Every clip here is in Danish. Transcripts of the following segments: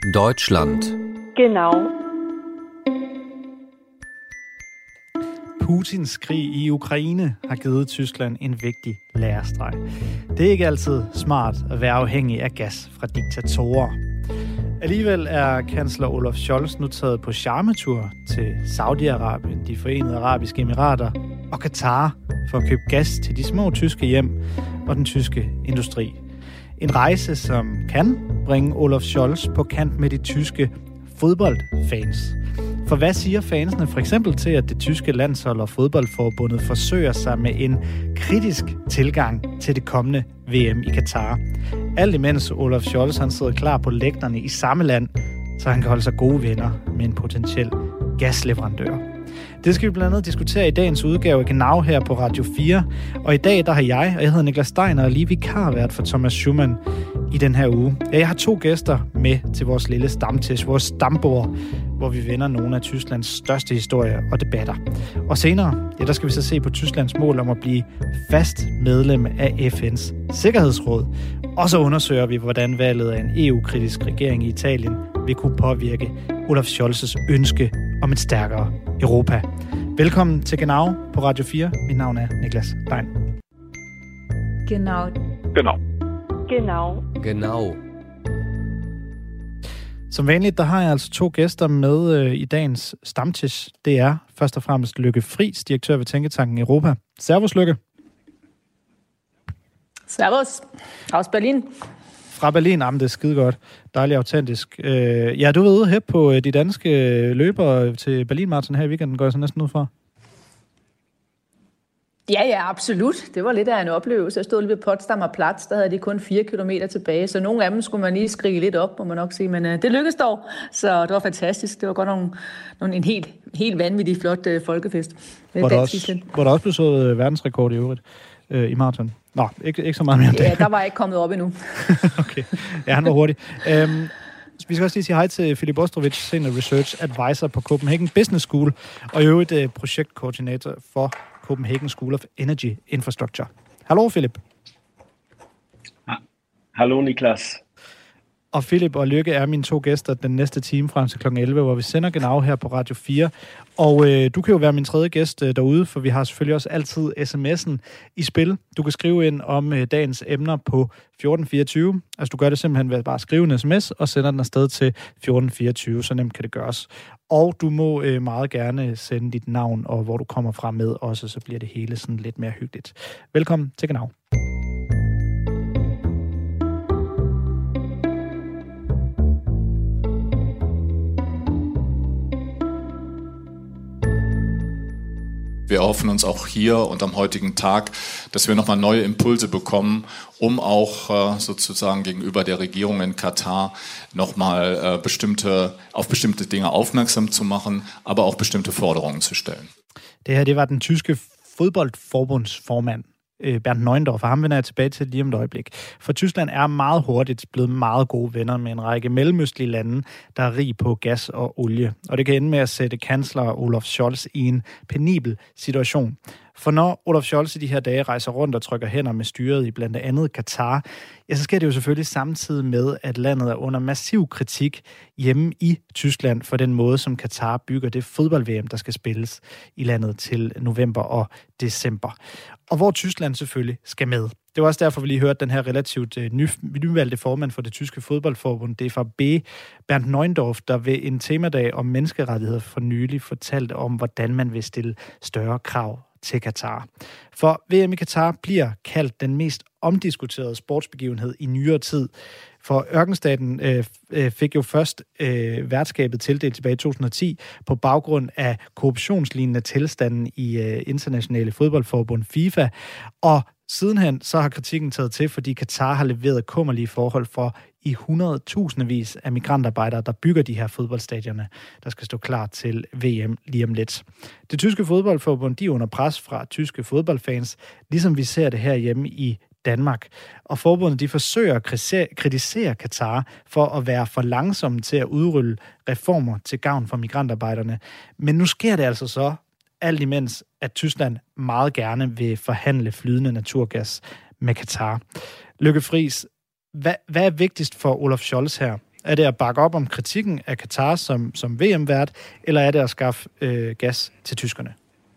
Deutschland. Genau. Putins krig i Ukraine har givet Tyskland en vigtig lærestreg. Det er ikke altid smart at være afhængig af gas fra diktatorer. Alligevel er kansler Olaf Scholz nu taget på charmetur til Saudi-Arabien, de Forenede Arabiske Emirater og Katar for at købe gas til de små tyske hjem og den tyske industri. En rejse, som kan bringe Olaf Scholz på kant med de tyske fodboldfans. For hvad siger fansene for eksempel til, at det tyske landshold og fodboldforbundet forsøger sig med en kritisk tilgang til det kommende VM i Katar? Alt imens Olaf Scholz han sidder klar på lægterne i samme land, så han kan holde sig gode venner med en potentiel gasleverandør. Det skal vi blandt andet diskutere i dagens udgave af Genau her på Radio 4. Og i dag der har jeg hedder Niklas Steiner, og lige vikarvært for Thomas Schumann i den her uge. Ja, jeg har 2 gæster med til vores lille stamtisch, vores stambord, hvor vi vender nogle af Tysklands største historier og debatter. Og senere, der skal vi så se på Tysklands mål om at blive fast medlem af FN's Sikkerhedsråd. Og så undersøger vi, hvordan valget af en EU-kritisk regering i Italien vil kunne påvirke Olaf Scholz's ønske om et stærkere Europa. Velkommen til Genau på Radio 4. Mit navn er Niklas Stein. Genau. Genau. Genau. Som vanligt, der har jeg altså 2 gæster med i dagens stamtisch. Det er først og fremmest Lykke Friis, direktør ved Tænketanken Europa. Servus, Lykke. Servus. Aus Berlin. Fra Berlin, det er skide godt. Dejligt autentisk. Ja, du var ude her på de danske løbere til Berlin-marathon her i weekenden, går jeg så næsten ud fra. Ja, absolut. Det var lidt af en oplevelse. Jeg stod lige ved Potsdamer Platz, der havde de kun 4 kilometer tilbage, så nogle af dem skulle man lige skrige lidt op, må man nok sige, men det lykkedes dog, så det var fantastisk. Det var godt en helt vanvittig flot folkefest. Hvor der også blev så verdensrekord i øvrigt i maraton. Nå, ikke så meget mere om det. Ja, der var jeg ikke kommet op endnu. Okay, ja, han var hurtig. Vi skal også lige sige hej til Philip Ostrovich, Senior Research Advisor på Copenhagen Business School, og i øvrigt projektkoordinator for Copenhagen School of Energy Infrastructure. Hallo, Philip. Hallo, Niklas. Og Philip og Lykke er mine 2 gæster den næste time frem til kl. 11, hvor vi sender Genau her på Radio 4. Og du kan jo være min 3. gæst derude, for vi har selvfølgelig også altid sms'en i spil. Du kan skrive ind om dagens emner på 1424. Altså du gør det simpelthen ved at bare skrive en sms og sender den afsted til 1424. Så nemt kan det gøres. Og du må meget gerne sende dit navn og hvor du kommer fra med også, så bliver det hele sådan lidt mere hyggeligt. Velkommen til Genau. Wir erhoffen uns auch hier und am heutigen Tag, dass wir nochmal neue Impulse bekommen, um auch sozusagen gegenüber der Regierung in Katar nochmal auf bestimmte Dinge aufmerksam zu machen, aber auch bestimmte Forderungen zu stellen. Det var den tyske fodboldforbundsformand, Bernd Neuendorf, og ham vender jeg tilbage til lige om et øjeblik. For Tyskland er meget hurtigt blevet meget gode venner med en række mellemøstlige lande, der er rig på gas og olie. Og det kan ende med at sætte kansler Olaf Scholz i en penibel situation. For når Olaf Scholz i de her dage rejser rundt og trykker hænder med styret i blandt andet Katar, ja, så sker det jo selvfølgelig samtidig med, at landet er under massiv kritik hjemme i Tyskland for den måde, som Katar bygger det fodbold-VM, der skal spilles i landet til november og december. Og hvor Tyskland selvfølgelig skal med. Det var også derfor, vi lige hørte den her relativt nyvalgte formand for det tyske fodboldforbund, DFB, Bernd Neuendorf, der ved en temadag om menneskerettigheder for nylig fortalte om, hvordan man vil stille større krav til Katar. For VM i Katar bliver kaldt den mest omdiskuterede sportsbegivenhed i nyere tid. For ørkenstaten fik jo først værtskabet tildelt tilbage i 2010 på baggrund af korruptionslignende tilstanden i internationale fodboldforbund FIFA. Og sidenhen så har kritikken taget til, fordi Katar har leveret kummerlige forhold for i 100.000vis af migrantarbejdere, der bygger de her fodboldstadioner, der skal stå klar til VM lige om lidt. Det tyske fodboldforbund, de er under pres fra tyske fodboldfans, ligesom vi ser det herhjemme i Danmark. Og forbundet, de forsøger at kritisere Katar for at være for langsomme til at udrulle reformer til gavn for migrantarbejderne. Men nu sker det altså så, alt imens at Tyskland meget gerne vil forhandle flydende naturgas med Katar. Lykke Friis, hvad er vigtigst for Olaf Scholz her? Er det at bakke op om kritikken af Katar som VM-vært, eller er det at skaffe gas til tyskerne?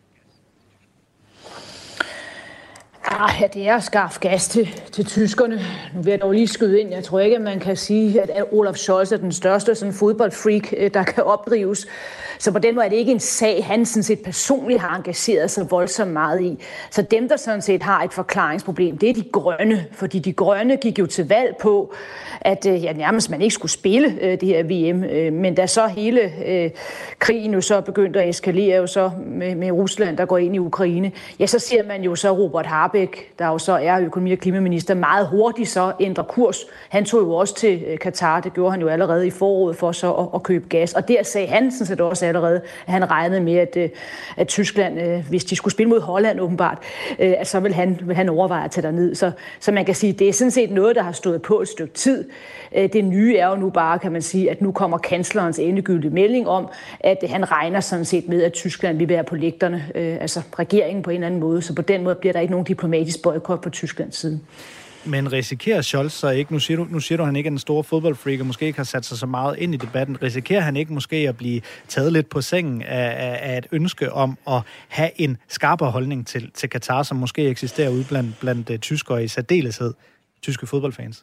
Ja, det er at skaffe gas til tyskerne. Nu vil jeg dog lige skyde ind. Jeg tror ikke, at man kan sige, at Olaf Scholz er den største sådan fodboldfreak, der kan opdrives. Så på den måde er det ikke en sag, han sådan set personligt har engageret sig voldsomt meget i. Så dem, der sådan set har et forklaringsproblem, det er de grønne. Fordi de grønne gik jo til valg på, at nærmest man ikke skulle spille det her VM. Men da så hele krigen jo så begyndte at eskalere jo så med Rusland, der går ind i Ukraine, ja, så ser man jo så Robert Habeck, der jo så er økonomi- og klimaminister, meget hurtigt så ændrer kurs. Han tog jo også til Katar, det gjorde han jo allerede i foråret for så at købe gas. Og der sagde han sådan set også allerede, at han regnede med, at Tyskland, hvis de skulle spille mod Holland åbenbart, at så vil han overveje at tage derned. Så man kan sige, det er sådan set noget, der har stået på et stykke tid. Det nye er jo nu bare, kan man sige, at nu kommer kanslerens endegyldige melding om, at han regner sådan set med, at Tyskland vil være på lægterne, altså regeringen på en eller anden måde. Så på den måde bliver der ikke nogen diplomatisk boykot på Tysklands side. Men risikerer Scholz så ikke, nu siger du, at han ikke er den store fodboldfreak, og måske ikke har sat sig så meget ind i debatten, risikerer han ikke måske at blive taget lidt på sengen af et ønske om at have en skarpere holdning til Katar, som måske eksisterer ude blandt tyskere i særdeleshed, tyske fodboldfans?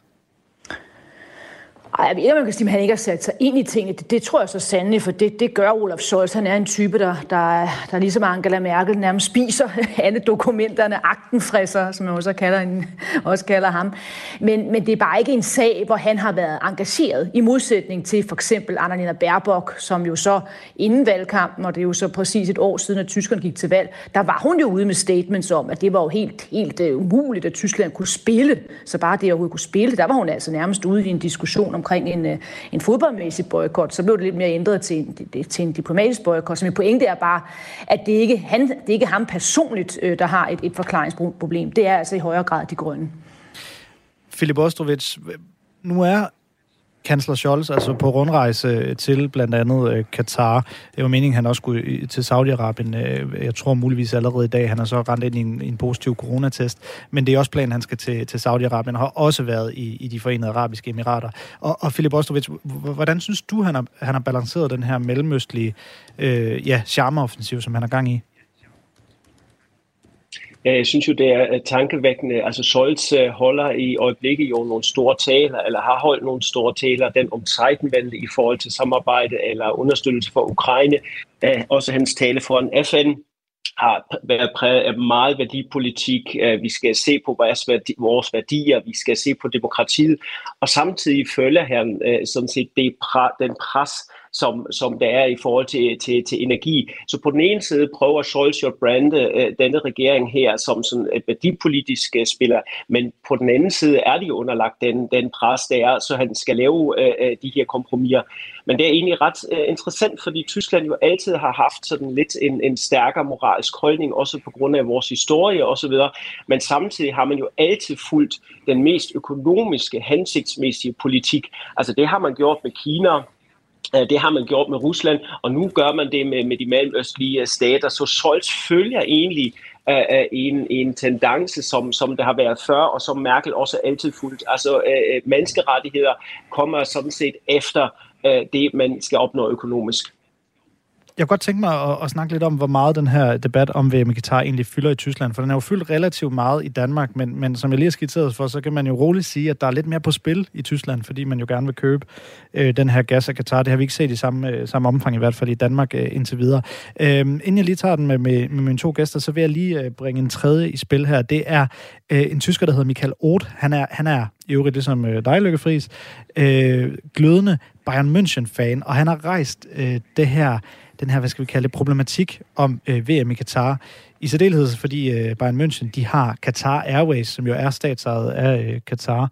Jeg ved ikke, man kan sige, at han ikke har sat sig ind i tingene. Det tror jeg så sandelig, for det gør Olaf Scholz. Han er en type, der ligesom Angela Merkel nærmest spiser alle dokumenterne, aktenfrisser, som man også kalder ham. Men det er bare ikke en sag, hvor han har været engageret, i modsætning til for eksempel Annalena Baerbock, som jo så inden valgkampen, og det er jo så præcis et år siden, at tyskerne gik til valg, der var hun jo ude med statements om, at det var jo helt umuligt, at Tyskland kunne spille. Så bare det at kunne spille, der var hun altså nærmest ude i en diskussion omkring en fodboldmæssig boykot. Så blev det lidt mere ændret til en diplomatisk boykot. Så min pointe er bare, at det er ikke ham personligt, der har et forklaringsproblem. Det er altså i højere grad de grønne. Filip Ostrovich, nu er kansler Scholz altså på rundrejse til blandt andet Katar. Det var meningen, han også skulle til Saudi-Arabien. Jeg tror muligvis allerede i dag. Han har så rendt ind i en positiv coronatest. Men det er også planen, han skal til Saudi-Arabien. Han har også været i de Forenede Arabiske Emirater. Og Filip Ostrovich, hvordan synes du, han har balanceret den her mellemøstlige charmeoffensiv, som han har gang i? Jeg synes jo, det er tankevækkende. Altså Scholz holder i øjeblikket jo nogle store taler, eller har holdt nogle store taler, den om Zeitenwende i forhold til samarbejde eller understøttelse for Ukraine. Også hans tale foran FN har været præget af meget værdipolitik. Vi skal se på vores værdier, vi skal se på demokratiet, og samtidig følger han sådan set den pres, som der er i forhold til energi. Så på den ene side prøver Scholz at brande denne regering her som sådan et værdipolitisk spiller, men på den anden side er de underlagt den pres, der er, så han skal lave de her kompromiser. Men det er egentlig ret interessant, fordi Tyskland jo altid har haft sådan lidt en stærkere moralsk holdning, også på grund af vores historie osv., men samtidig har man jo altid fulgt den mest økonomiske, hensigtsmæssige politik. Altså det har man gjort med Kina, det har man gjort med Rusland, og nu gør man det med de mellemøstlige stater. Så Scholz følger egentlig en tendance, som der har været før, og som Merkel også altid fulgt. Altså menneskerettigheder kommer sådan set efter det, man skal opnå økonomisk. Jeg kunne godt tænke mig at snakke lidt om, hvor meget den her debat om VM i Katar egentlig fylder i Tyskland, for den er jo fyldt relativt meget i Danmark, men som jeg lige har skitseret for, så kan man jo roligt sige, at der er lidt mere på spil i Tyskland, fordi man jo gerne vil købe den her gas af Katar. Det har vi ikke set i samme omfang, i hvert fald i Danmark indtil videre. Inden jeg lige tager den med mine to gæster, så vil jeg lige bringe en tredje i spil her. Det er en tysker, der hedder Michael Roth. Han er i øvrigt ligesom dig, Lykke Friis, glødende Bayern München-fan, og han har rejst den her, hvad skal vi kalde det, problematik om VM i Katar. I særdeleshed, fordi Bayern München, de har Qatar Airways, som jo er statsejet af Qatar,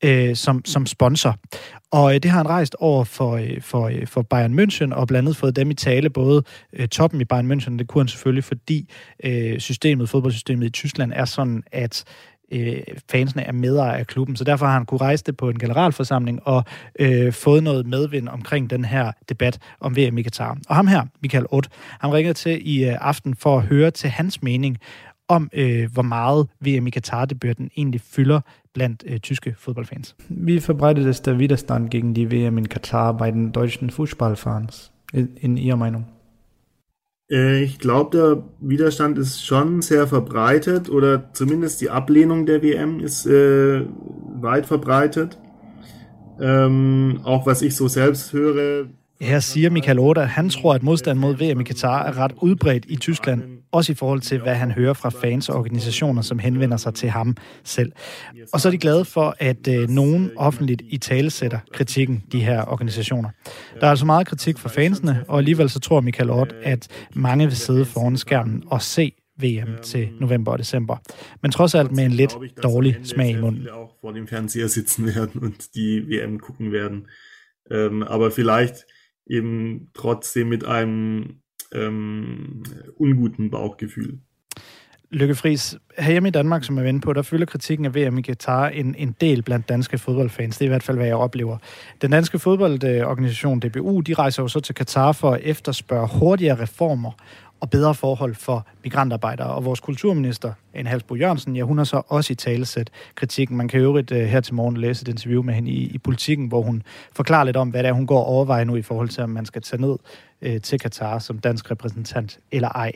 som sponsor. Og det har han rejst over for Bayern München, og blandt andet fået dem i tale, både toppen i Bayern München, det kunne han selvfølgelig, fordi fodboldsystemet i Tyskland er sådan, at fansene er medejere af klubben, så derfor har han kunne rejse det på en generalforsamling og fået noget medvind omkring den her debat om VM i Katar. Og ham her, Michael Roth, han ringede til i aften for at høre til hans mening om, hvor meget VM i Katar-debatten egentlig fylder blandt tyske fodboldfans. Wie verbreitet ist der Widerstand gegen die WM in Katar bei den deutschen Fußballfans in Ihrer Meinung? Ich glaube, der Widerstand ist schon sehr verbreitet oder zumindest die Ablehnung der WM ist weit verbreitet. Auch was ich so selbst hører. Her siger Michael Oda, at han tror, at modstand mod VM i Katar er ret udbredt i Tyskland, også i forhold til, hvad han hører fra fans og organisationer, som henvender sig til ham selv. Og så er de glade for, at nogen offentligt italesætter kritikken, de her organisationer. Der er altså meget kritik fra fansene, og alligevel så tror Michael Oda, at mange vil sidde foran skærmen og se VM til november og december. Men trods alt med en lidt dårlig smag i munden. Auch vor dem Fernseher sitzen werden und die WM gucken werden. Aber vielleicht eben trotzdem mit einem unguten Bauchgefühl. Lykke Friis, herhjemme i Danmark, som jeg vender på, der følger kritikken af VM i Katar en del blandt danske fodboldfans. Det er i hvert fald, hvad jeg oplever. Den danske fodboldorganisation DBU, de rejser jo så til Katar for at efterspørge hurtigere reformer og bedre forhold for migrantarbejdere. Og vores kulturminister, Ane Halsboe-Jørgensen, ja, hun har så også i talesæt kritikken. Man kan øvrigt her til morgen læse et interview med hende i Politikken, hvor hun forklarer lidt om, hvad det er, hun går og overvejer nu i forhold til, om man skal tage ned til Katar som dansk repræsentant eller ej.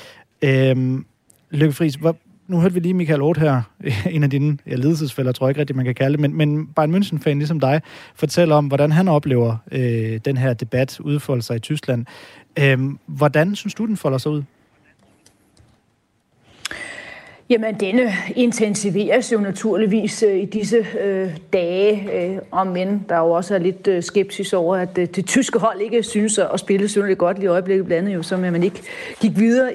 Lykke Friis, nu hørte vi lige Michael Oda her, en af dine ledelsesfæller, tror jeg ikke rigtig, man kan kalde det, men Bayern München-fan ligesom dig, fortæller om, hvordan han oplever den her debat udfolde sig i Tyskland. Hvordan synes du, den folder sig ud? Jamen, denne intensiveres jo naturligvis i disse dage, om end der jo også er lidt skepsis over, at det tyske hold ikke synes at spille synderligt godt lige i øjeblikket, blandt andet jo, som man ikke gik videre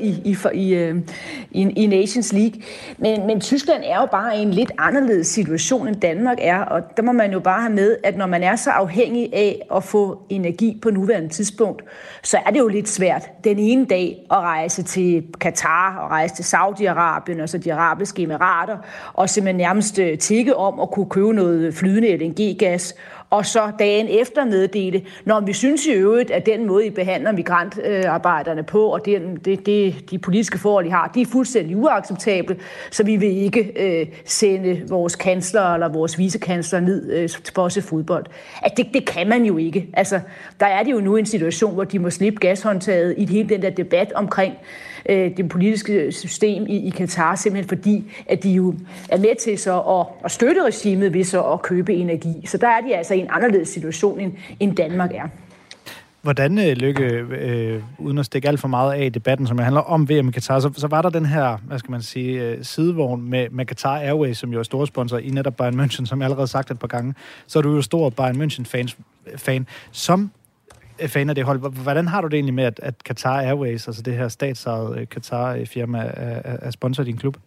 i Nations League. Men Tyskland er jo bare i en lidt anderledes situation, end Danmark er, og der må man jo bare have med, at når man er så afhængig af at få energi på nuværende tidspunkt, så er det jo lidt svært den ene dag at rejse til Katar og rejse til Saudi-Arabien og så de arabiske emirater, og simpelthen nærmest tikke om at kunne købe noget flydende LNG-gas, og så dagen efter meddele, når vi synes i øvrigt, at den måde, I behandler migrantarbejderne på, og de politiske forhold, I har, de er fuldstændig uacceptable, så vi vil ikke sende vores kansler eller vores vicekansler ned for at se fodbold. At det kan man jo ikke. Altså, der er det jo nu en situation, hvor de må slippe gashåndtaget i hele den der debat omkring det politiske system i Katar, simpelthen fordi, at de jo er med til så at støtte regimet ved så at købe energi. Så der er de altså i en anderledes situation, end Danmark er. Hvordan, Lykke, uden at stikke alt for meget af i debatten, som handler om VM i Katar, så var der den her, hvad skal man sige, sidevogn med Qatar Airways, som jo er store sponsor i netop Bayern München, som jeg allerede sagt et par gange. Så er du jo stor Bayern München-fan. Som fan af det hold, hvordan har du det egentlig med, at Qatar Airways, altså det her statsejede Qatar-firma, er sponsor i din klub?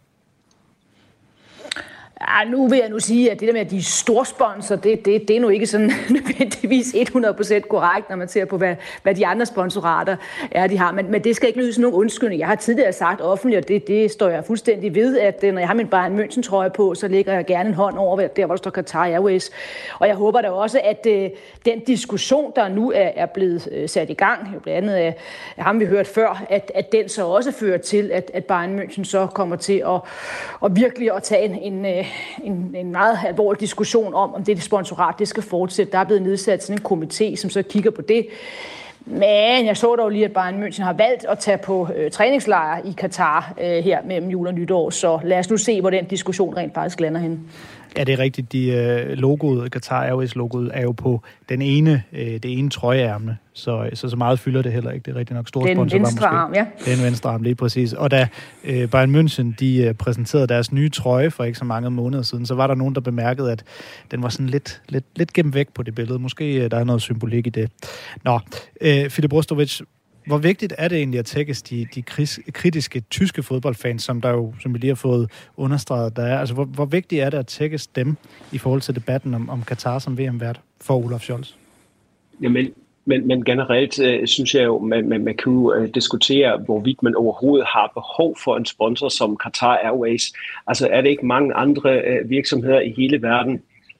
Ja, nu vil jeg nu sige, at det der med, at de er storsponsor, det er nu ikke sådan nødvendigvis 100% korrekt, når man ser på, hvad de andre sponsorater er, de har. Men det skal ikke lyde sådan nogen undskyldning. Jeg har tidligere sagt offentligt, og det står jeg fuldstændig ved, at når jeg har min Bayern München-trøje på, så lægger jeg gerne en hånd over der, hvor der står Qatar Airways. Og jeg håber da også, at den diskussion, der nu er blevet sat i gang, jo blandt andet af ham, vi hørte før, at den så også fører til, at Bayern München så kommer til at virkelig at tage en meget alvorlig diskussion om det sponsorat, det skal fortsætte. Der er blevet nedsat sådan en komité, som så kigger på det. Men jeg så dog lige, at Bayern München har valgt at tage på træningslejr i Katar her mellem jul og nytår, så lad os nu se, hvor den diskussion rent faktisk lander hen. Ja, det er rigtigt. Logoet, Qatar Airways-logoet, er jo på det ene trøjeærme, så meget fylder det heller ikke. Det er rigtig nok store sponsor. Den venstre arm, ja. Den venstre arm, lige præcis. Og da Bayern München, de præsenterede deres nye trøje for ikke så mange måneder siden, så var der nogen, der bemærkede, at den var sådan lidt gemt væk på det billede. Måske der er noget symbolik i det. Nå, Filip Rostovic, hvor vigtigt er det egentlig at tækkes de kritiske tyske fodboldfans, som vi lige har fået understreget, der er? Altså, hvor vigtigt er det at tækkes dem i forhold til debatten om Katar som VM-vært for Olaf Scholz? Jamen, men generelt synes jeg jo, man kan jo diskutere, hvorvidt man overhovedet har behov for en sponsor som Qatar Airways. Altså er det ikke mange andre virksomheder i hele verden,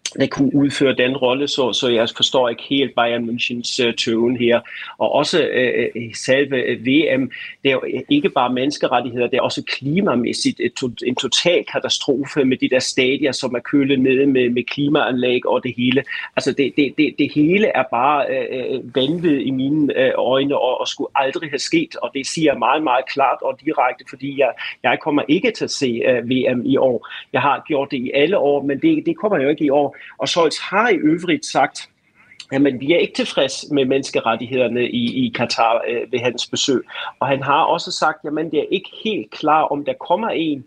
kunne udføre den rolle, så jeg forstår ikke helt Bayern Münchens tøven her. Og også selve VM, det er jo ikke bare menneskerettigheder, det er også klimamæssigt en total katastrofe med de der stadier, som er kølet nede med klimaanlæg og det hele. Altså det hele er bare vanvid i mine øjne og skulle aldrig have sket, og det siger jeg meget, meget klart og direkte, fordi jeg kommer ikke til at se VM i år. Jeg har gjort det i alle år, men det kommer jo ikke i år. Og Scholz har i øvrigt sagt, at vi er ikke tilfreds med menneskerettighederne i Katar ved hans besøg. Og han har også sagt, at det er ikke helt klar, om der kommer en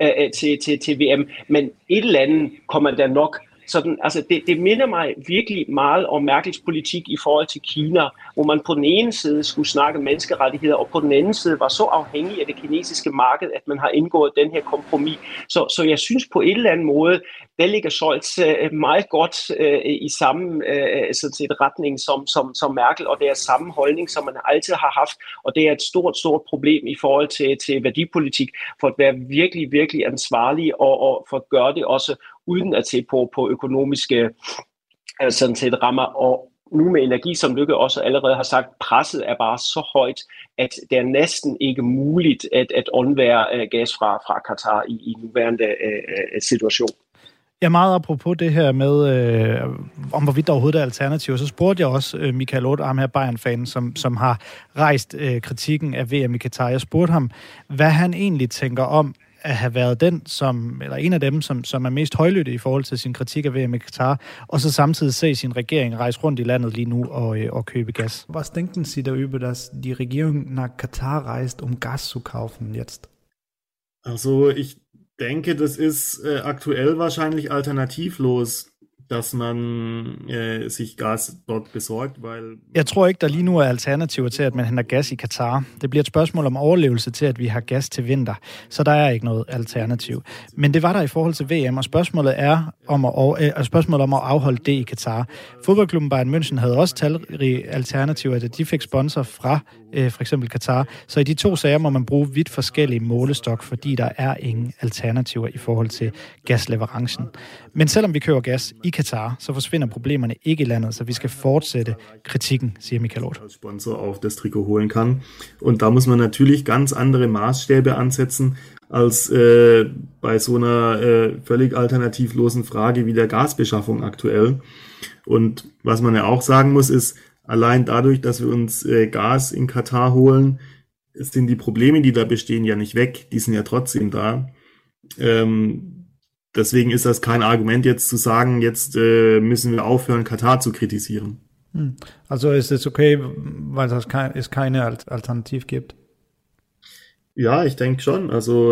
til VM, men et eller andet kommer der nok. Sådan, altså det minder mig virkelig meget om Merkels politik i forhold til Kina, hvor man på den ene side skulle snakke menneskerettigheder, og på den anden side var så afhængig af det kinesiske marked, at man har indgået den her kompromis. Så jeg synes på en eller anden måde, der ligger Scholz meget godt i samme sådan set retning som Merkel, og det er samme holdning, som man altid har haft, og det er et stort problem i forhold til værdipolitik, for at være virkelig, virkelig ansvarlig og for at gøre det også uden at se på økonomiske sådan set rammer. Og nu med energi, som Lykke også allerede har sagt, presset er bare så højt, at det er næsten ikke muligt at undvære gas fra Katar i nuværende situation. Ja, meget apropos det her med, om hvorvidt der overhovedet er alternativer, så spurgte jeg også Michael Oth, ham her Bayern-fan, som har rejst kritikken af VM i Katar. Jeg spurgte ham, hvad han egentlig tænker om at have været eller en af dem, som er mest højlytte i forhold til sin kritik af VM i Katar, og så samtidig se sin regering rejse rundt i landet lige nu og købe Gas. Was denken Sie darüber, dass die Regierung nach Katar reist, Gas zu kaufen jetzt? Also ich denke, das ist aktuell wahrscheinlich alternativlos, dass man sich Gas dort besorgt, weil... Jeg tror ikke, der lige nu er alternativer til, at man henter gas i Katar. Det bliver et spørgsmål om overlevelse til, at vi har gas til vinter. Så der er ikke noget alternativ. Men det var der i forhold til VM, og spørgsmålet om at afholde det i Katar. Fodboldklubben Bayern München havde også talrige alternativer, at de fik sponsor fra for eksempel Katar. Så i de to sager må man bruge vidt forskellige målestok, fordi der er ingen alternativer i forhold til gasleverancen. Men selvom vi køber gas i Katar, så forsvinder problemerne ikke i landet, så vi skal fortsætte kritikken, siger Michael Oth. Als Sponsor auf das Trikot holen kann. Und da muss man natürlich ganz andere Maßstäbe ansetzen, als bei so einer völlig alternativlosen Frage wie der Gasbeschaffung aktuell. Und was man ja auch sagen muss, ist, allein dadurch, dass wir uns Gas in Katar holen, sind die Probleme, die da bestehen, ja nicht weg. Die sind ja trotzdem da. Deswegen ist das kein Argument, jetzt zu sagen, jetzt müssen wir aufhören, Katar zu kritisieren. Also ist es okay, weil es keine Alternative gibt? Ja, ich denke schon. Also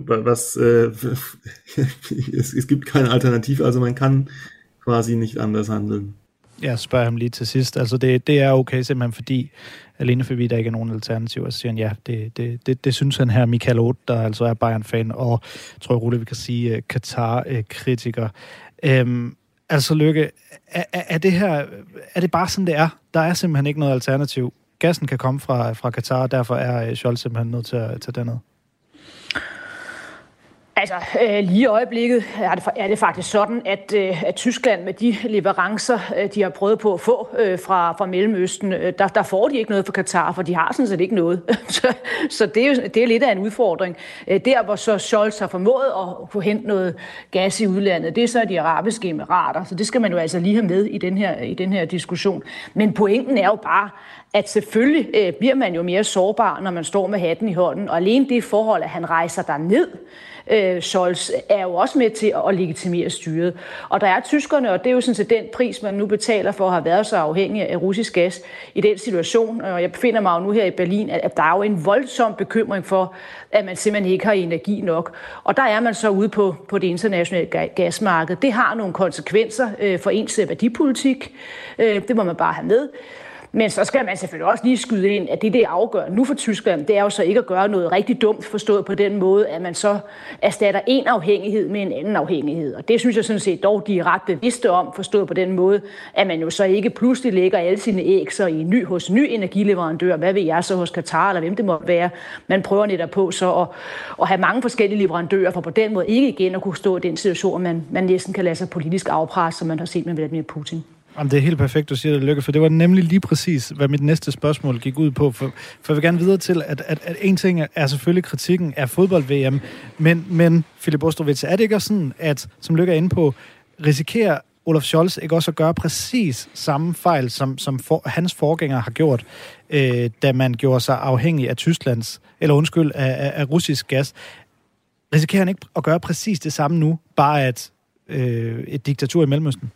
es gibt keine Alternative, also man kann quasi nicht anders handeln. Jeg spørger ham lige til sidst. Altså det er okay simpelthen fordi der ikke er nogen alternativer. Så siger han, ja, det synes han her, Michael Oth, der altså er Bayern-fan, og tror jeg roligt, vi kan sige Katar-kritiker. Altså Lykke, er det bare sådan, det er? Der er simpelthen ikke noget alternativ. Gassen kan komme fra Katar, og derfor er Scholz simpelthen nødt til at tage derned. Altså, lige i øjeblikket er det faktisk sådan, at Tyskland med de leverancer, de har prøvet på at få fra Mellemøsten, der får de ikke noget fra Katar, for de har sådan set ikke noget. Så det er lidt af en udfordring. Der, hvor så Scholz har formået at få hentet noget gas i udlandet, det er så de arabiske emirater. Så det skal man jo altså lige have med i den her diskussion. Men pointen er jo bare, at selvfølgelig bliver man jo mere sårbar, når man står med hatten i hånden. Og alene det forhold, at han rejser derned, Scholz, er jo også med til at legitimere styret. Og der er tyskerne, og det er jo sådan set den pris, man nu betaler for at have været så afhængig af russisk gas i den situation. Og jeg befinder mig jo nu her i Berlin, at der er jo en voldsom bekymring for, at man simpelthen ikke har energi nok. Og der er man så ude på det internationale gasmarked. Det har nogle konsekvenser for ens værdipolitik. Det må man bare have med. Men så skal man selvfølgelig også lige skyde ind, at det er afgørende nu for Tyskland, det er jo så ikke at gøre noget rigtig dumt, forstået på den måde, at man så erstatter en afhængighed med en anden afhængighed. Og det synes jeg sådan set dog, de er ret bevidste om, forstået på den måde, at man jo så ikke pludselig lægger alle sine æg så hos en ny energileverandør, hvad ved jeg så hos Qatar, eller hvem det må være. Man prøver netop på så at have mange forskellige leverandører, for på den måde ikke igen at kunne stå i den situation, man næsten kan lade sig politisk afpresse, som man har set med Vladimir Putin. Jamen, det er helt perfekt, du siger det, Lykke, for det var nemlig lige præcis, hvad mit næste spørgsmål gik ud på. For jeg vil gerne videre til, at en ting er selvfølgelig kritikken af fodbold-VM, men Philipp Ostrowitz, er det ikke også sådan, at, som Lykke er inde på, risikerer Olaf Scholz ikke også at gøre præcis samme fejl, som hans forgænger har gjort, da man gjorde sig afhængig af af russisk gas? Risikerer han ikke at gøre præcis det samme nu, bare at et diktatur i Mellemøsten?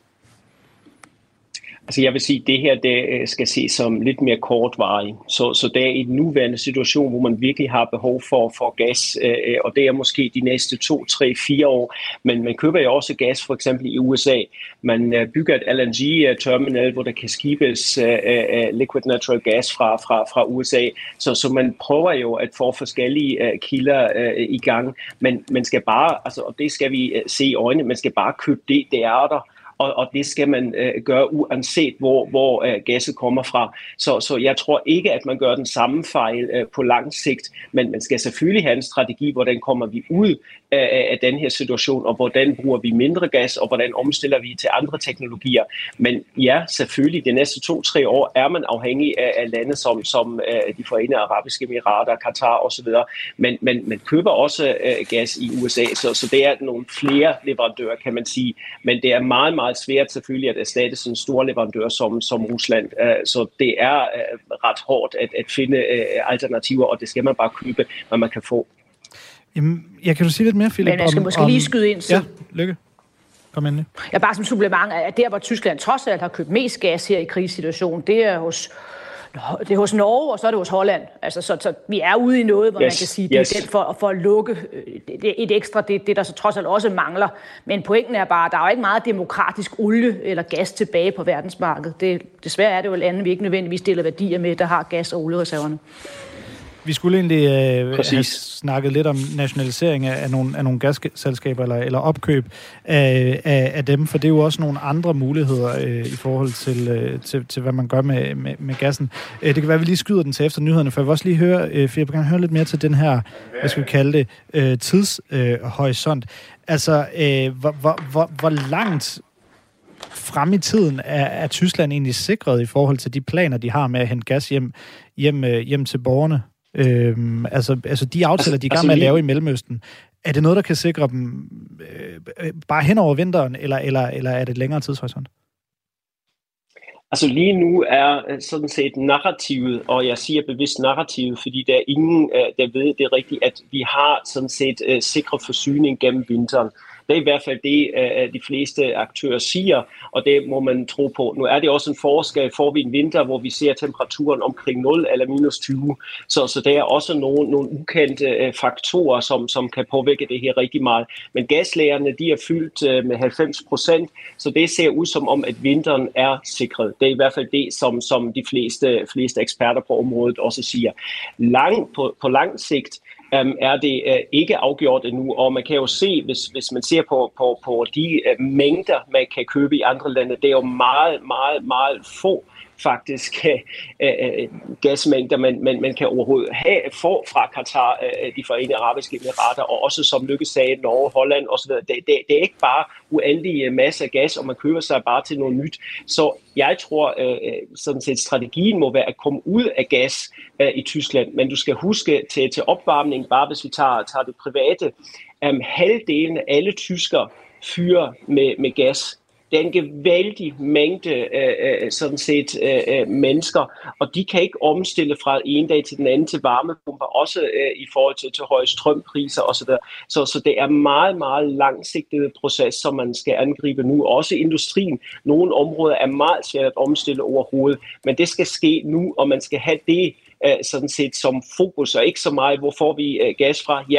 Altså jeg vil sige, at det her det skal ses som lidt mere kortvarigt. Så det er i den nuværende situation, hvor man virkelig har behov for gas, og det er måske de næste 2, 3, 4 år. Men man køber jo også gas for eksempel i USA. Man bygger et LNG-terminal, hvor der kan skibes liquid natural gas fra USA. Så man prøver jo at få forskellige kilder i gang. Men man skal bare, altså, og det skal vi se i øjnene, man skal bare købe det er der. Og det skal man gøre uanset hvor gasset kommer fra. Så jeg tror ikke, at man gør den samme fejl på lang sigt, men man skal selvfølgelig have en strategi, hvordan kommer vi ud af den her situation, og hvordan bruger vi mindre gas, og hvordan omstiller vi til andre teknologier. Men ja, selvfølgelig, de næste 2-3 år er man afhængig af lande som de Forenede Arabiske Emirater, Qatar osv., men man køber også gas i USA, så det er nogle flere leverandører, kan man sige, men det er meget, meget svært selvfølgelig at erstatte sådan en stor leverandør som Rusland. Så det er ret hårdt at finde alternativer, og det skal man bare købe, hvad man kan få. Jamen, kan du sige lidt mere, Philipp? Men jeg skal måske lige skyde ind. Ja, Lykke. Kom ind. Ja, bare som supplement, at der, hvor Tyskland trods alt har købt mest gas her i krigssituationen, det er hos Norge, og så er det hos Holland. Altså, så vi er ude i noget, hvor man kan sige, det er den for at lukke et ekstra, det der så trods alt også mangler. Men pointen er bare, at der er jo ikke meget demokratisk olie eller gas tilbage på verdensmarkedet. Desværre er det jo lande, vi ikke nødvendigvis deler værdier med, der har gas- og oliereserverne. Vi skulle egentlig have snakket lidt om nationalisering af nogle gasselskaber eller opkøb af dem, for det er jo også nogle andre muligheder i forhold til hvad man gør med gassen. Det kan være, at vi lige skyder den til efter nyhederne, for jeg vil også lige høre, for jeg vil gerne høre lidt mere til den her, hvad skal vi kalde det, tidshorisont. Altså, hvor langt frem i tiden er Tyskland egentlig sikret i forhold til de planer, de har med at hente gas hjem til borgerne? Altså de aftaler, de er i gang med at lave i Mellemøsten, er det noget, der kan sikre dem bare hen over vinteren, eller er det længere tidshorisont? Altså lige nu er sådan set narrativet, og jeg siger bevidst narrativet, fordi der er ingen, der ved det rigtigt, at vi har sådan set sikret forsyning gennem vinteren. Det er i hvert fald det, de fleste aktører siger, og det må man tro på. Nu er det også en forskel. Får vi en vinter, hvor vi ser temperaturen omkring 0 eller minus 20, så der er også nogle ukendte faktorer, som kan påvirke det her rigtig meget. Men gaslagerne, de er fyldt med 90%, så det ser ud som om, at vinteren er sikret. Det er i hvert fald det, som de fleste eksperter på området også siger. På lang sigt er det ikke afgjort endnu, og man kan jo se, hvis man ser på de mængder, man kan købe i andre lande, det er jo meget, meget, meget få faktisk gasmængder, man kan overhovedet få fra Qatar, de Forenede Arabiske Emirater, og også som Lykke sagde, Norge, Holland osv. Det er ikke bare uendelige masser af gas, og man køber sig bare til noget nyt. Så jeg tror, sådan set strategien må være at komme ud af gas i Tyskland, men du skal huske til opvarmning, bare hvis vi tager det private, halvdelen af alle tyskere fyrer med gas. Det er en gevaldig mængde sådan set mennesker, og de kan ikke omstille fra en dag til den anden til varmepumper, også i forhold til høje strømpriser osv. Så det er meget, meget langsigtet proces, som man skal angribe nu. Også industrien. Nogle områder er meget svært at omstille overhovedet, men det skal ske nu, og man skal have det sådan set som fokus, og ikke så meget, hvor får vi gas fra? Ja,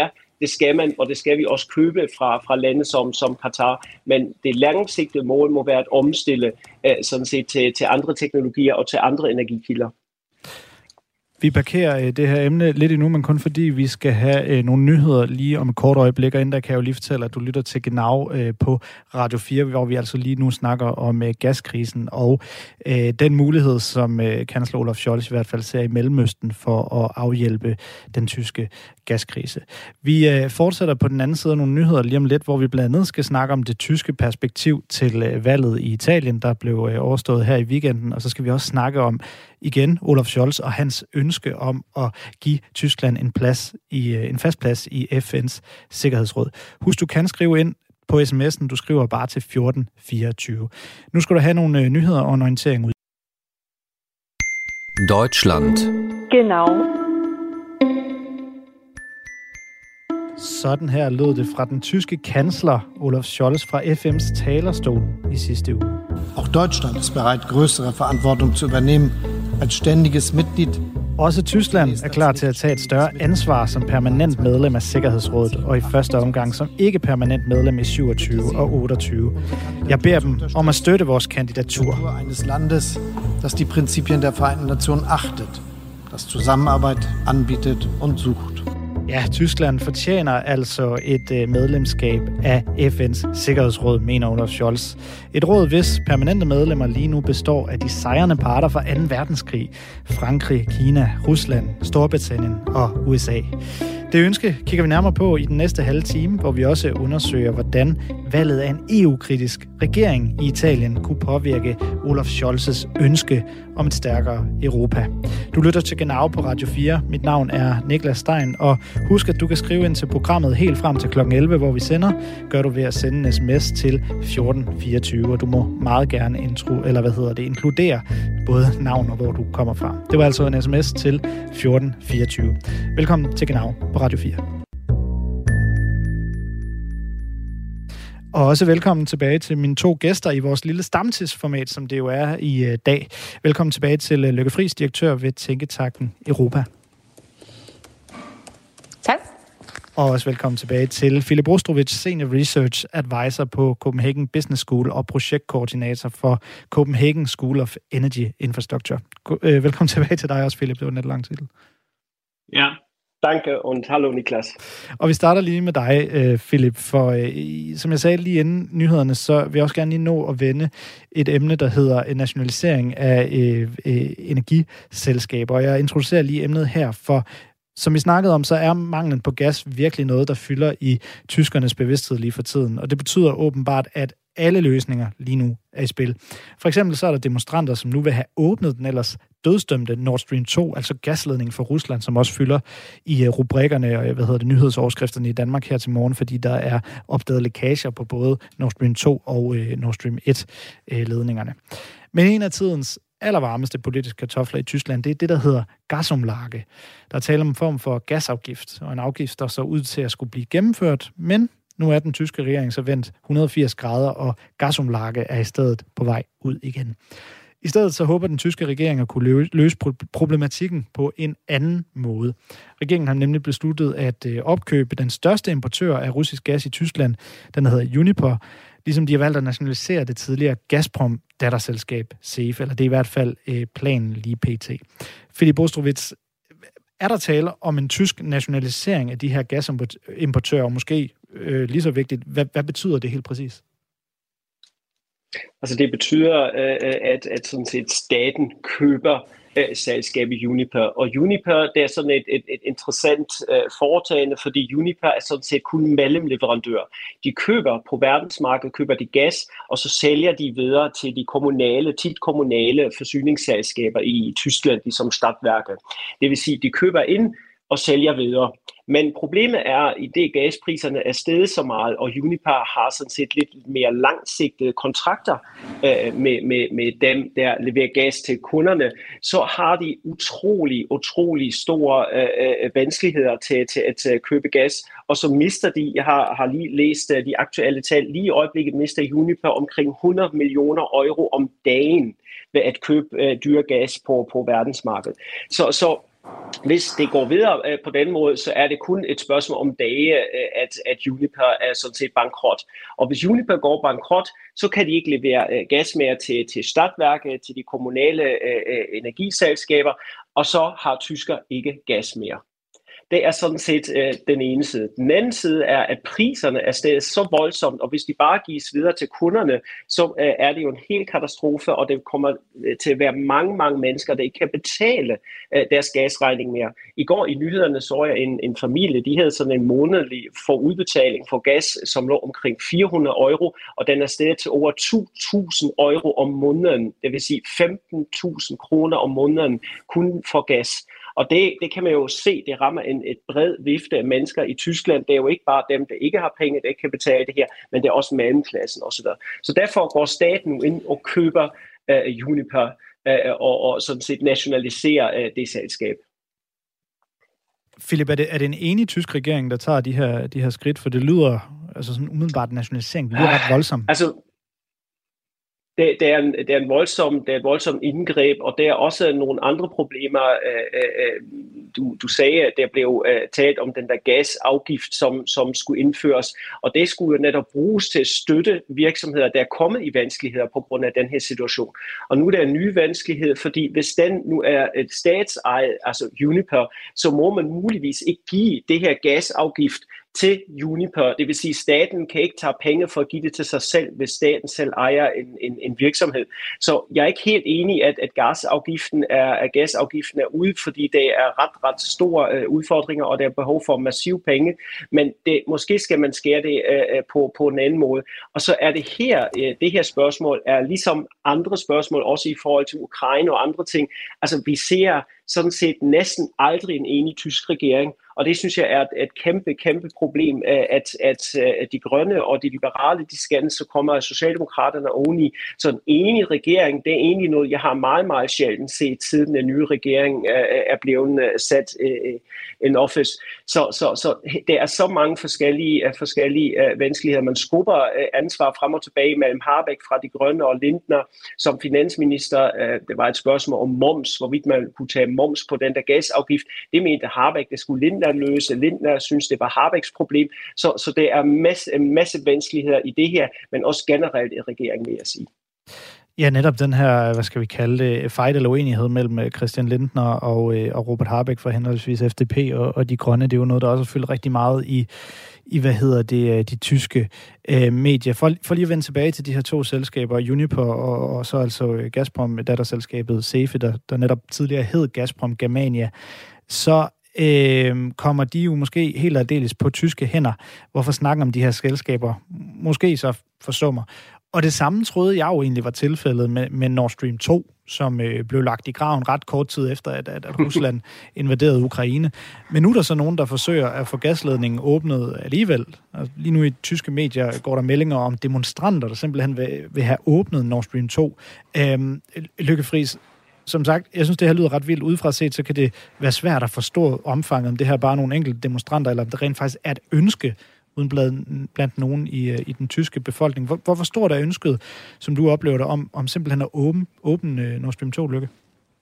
Det skal man, og det skal vi også købe fra lande som Katar. Men det langsigtede mål må være at omstille sådan set til andre teknologier og til andre energikilder. Vi parkerer det her emne lidt endnu, men kun fordi vi skal have nogle nyheder lige om et kort øjeblik, og inden der kan jeg jo lige fortælle, at du lytter til Genau på Radio 4, hvor vi altså lige nu snakker om gaskrisen og den mulighed, som kansler Olaf Scholz i hvert fald ser i Mellemøsten for at afhjælpe den tyske gaskrise. Vi fortsætter på den anden side af nogle nyheder lige om lidt, hvor vi blandt andet skal snakke om det tyske perspektiv til valget i Italien, der blev overstået her i weekenden, og så skal vi også snakke om igen Olaf Scholz og hans ønske om at give Tyskland en fast plads i FN's Sikkerhedsråd. Husk, du kan skrive ind på sms'en, du skriver bare til 1424. Nu skal du have nogle nyheder og en orientering ud. Deutschland. Genau. Sådan her lød det fra den tyske kansler Olaf Scholz fra FN's talerstol i sidste uge. Auch Deutschland ist bereit, größere Verantwortung zu übernehmen als ständiges Mitglied. Også Tyskland er klar til at tage et større ansvar som permanent medlem af Sikkerhedsrådet, og i første omgang som ikke permanent medlem i 27 og 28. Jeg beder dem om at støtte vores kandidatur. Eines Landes, das die Prinzipien der Vereinten Nationen achtet, das Zusammenarbeit anbietet und sucht. Ja, Tyskland fortjener altså et medlemskab af FN's Sikkerhedsråd, mener Olaf Scholz. Et råd, hvis permanente medlemmer lige nu består af de sejrende parter fra 2. verdenskrig. Frankrig, Kina, Rusland, Storbritannien og USA. Det ønske kigger vi nærmere på i den næste halve time, hvor vi også undersøger, hvordan valget af en EU-kritisk regering i Italien kunne påvirke Olaf Scholz's ønske om et stærkere Europa. Du lytter til Genau på Radio 4. Mit navn er Niklas Stein, og husk, at du kan skrive ind til programmet helt frem til kl. 11, hvor vi sender. Gør du ved at sende en sms til 1424, og du må meget gerne inkludere både navn og hvor du kommer fra. Det var altså en sms til 1424. Velkommen til Genau på Radio 4. Og også velkommen tilbage til mine to gæster i vores lille stamtidsformat, som det jo er i dag. Velkommen tilbage til Lykke Friis, direktør ved Tænketanken Europa. Tak. Og også velkommen tilbage til Philip Rostrovic, Senior Research Advisor på Copenhagen Business School og projektkoordinator for Copenhagen School of Energy Infrastructure. Velkommen tilbage til dig også, Philip. Det var en lidt lang titel. Ja. Danke und hallo Niklas. Og vi starter lige med dig, Philip, for som jeg sagde lige inden nyhederne, så vil jeg også gerne lige nå at vende et emne, der hedder nationalisering af energiselskaber. Og jeg introducerer lige emnet her, for som vi snakkede om, så er manglen på gas virkelig noget, der fylder i tyskernes bevidsthed lige for tiden. Og det betyder åbenbart, at alle løsninger lige nu er i spil. For eksempel så er der demonstranter, som nu vil have åbnet den ellers dødsdømte Nord Stream 2, altså gasledningen fra Rusland, som også fylder i rubrikkerne og nyhedsoverskrifterne i Danmark her til morgen, fordi der er opdaget lækager på både Nord Stream 2 og Nord Stream 1 ledningerne. Men en af tidens allervarmeste politiske kartofler i Tyskland, det er det, der hedder Gasumlage. Der er tale om en form for gasafgift, og en afgift, der så ud til at skulle blive gennemført, men nu er den tyske regering så vendt 180 grader, og Gasumlage er i stedet på vej ud igen. I stedet så håber den tyske regering at kunne løse problematikken på en anden måde. Regeringen har nemlig besluttet at opkøbe den største importør af russisk gas i Tyskland, den hedder Uniper, ligesom de har valgt at nationalisere det tidligere Gazprom-datterselskab SAFE, eller det er i hvert fald planen lige pt. Philip Rostrovic, er der tale om en tysk nationalisering af de her gasimportører, og måske lige så vigtigt, hvad betyder det helt præcis? Altså det betyder, at sådan set staten køber selskabet Uniper. Og Uniper, det er sådan et interessant foretagende, fordi Uniper er sådan set kun mellemleverandør. De køber på verdensmarkedet, køber de gas, og så sælger de videre til de kommunale forsyningsselskaber i Tyskland, ligesom Stadtwerke. Det vil sige, de køber ind og sælger videre. Men problemet er, at i det gaspriserne er steget så meget, og Uniper har sådan set lidt mere langsigtede kontrakter med dem, der leverer gas til kunderne, så har de utrolig store vanskeligheder til at købe gas, og så mister de, jeg har lige læst de aktuelle tal, lige i øjeblikket mister Uniper omkring 100 millioner euro om dagen ved at købe dyr gas på verdensmarkedet. Så Hvis det går videre på den måde, så er det kun et spørgsmål om dage, at Uniper er sådan set bankrot. Og hvis Uniper går bankrot, så kan de ikke levere gas mere til Stadtwerke, til de kommunale energiselskaber, og så har tysker ikke gas mere. Det er sådan set den ene side. Den anden side er, at priserne er steget så voldsomt, og hvis de bare gives videre til kunderne, så er det jo en hel katastrofe, og det kommer til at være mange mennesker, der ikke kan betale deres gasregning mere. I går i nyhederne så jeg en familie, de havde sådan en månedlig forudbetaling for gas, som lå omkring 400 euro, og den er steget til over 2.000 euro om måneden, det vil sige 15.000 kroner om måneden kun for gas. Og det kan man jo se, det rammer et bred vifte af mennesker i Tyskland. Det er jo ikke bare dem, der ikke har penge, der ikke kan betale det her, men det er også mellemklassen osv. Så derfor går staten nu ind og køber Uniper og sådan set nationaliserer det selskab. Philip, er det en enig tysk regering, der tager de her skridt? For det lyder altså sådan umiddelbart nationalisering. Det lyder ret voldsomt. Altså, det er et voldsomt indgreb, og der er også nogle andre problemer. Du sagde, at der blev talt om den der gasafgift, som skulle indføres, og det skulle jo netop bruges til at støtte virksomheder, der er kommet i vanskeligheder på grund af den her situation. Og nu er der en ny vanskelighed, fordi hvis den nu er et statsejet, altså Uniper, så må man muligvis ikke give det her gasafgift til Uniper. Det vil sige, at staten kan ikke tage penge for at give det til sig selv, hvis staten selv ejer en virksomhed. Så jeg er ikke helt enig i, at gasafgiften er ude, fordi det er ret store udfordringer, og der er behov for massive penge. Men måske skal man skære det på en anden måde. Og så er det her spørgsmål er ligesom andre spørgsmål, også i forhold til Ukraine og andre ting. Altså, vi ser sådan set næsten aldrig en enig tysk regering, og det synes jeg er et kæmpe problem, at de grønne og de liberale, de skal, så kommer Socialdemokraterne oveni. Så en enig regering, det er egentlig noget, jeg har meget sjældent set, siden den nye regering er blevet sat in office. Så der er så mange forskellige vanskeligheder. Man skubber ansvar frem og tilbage mellem Habeck fra de grønne og Lindner som finansminister. Det var et spørgsmål om moms, hvorvidt man kunne tage moms på den der gasafgift. Det mente Habeck, det skulle Lindner løse. Lindner synes, det var Habecks problem. Så der er en masse vanskeligheder i det her, men også generelt i regeringen, vil jeg sige. Ja, netop den her, hvad skal vi kalde det, fight eller uenighed mellem Christian Lindner og Robert Habeck fra henholdsvis FDP og de grønne, det er jo noget, der også fyldt rigtig meget i de tyske medier. For lige at vende tilbage til de her to selskaber, Uniper og så altså Gazprom, datterselskabet SEFE, der netop tidligere hed Gazprom Germania, så kommer de jo måske helt aldeles på tyske hænder. Hvorfor snakke om de her selskaber? Måske så forsummer. Og det samme troede jeg jo egentlig var tilfældet med Nord Stream 2, som blev lagt i graven ret kort tid efter, at Rusland invaderede Ukraine. Men nu er der så nogen, der forsøger at få gasledningen åbnet alligevel. Altså, lige nu i tyske medier går der meldinger om demonstranter, der simpelthen vil have åbnet Nord Stream 2. Lykke Friis, som sagt, jeg synes, det her lyder ret vildt. Udefra set, så kan det være svært at forstå omfanget, om det her bare er nogle enkelte demonstranter, eller om det rent faktisk er et ønske uden blandt nogen i den tyske befolkning. Hvorfor stort er ønsket, som du oplever det, om simpelthen at åbne Nord Stream 2, Lykke?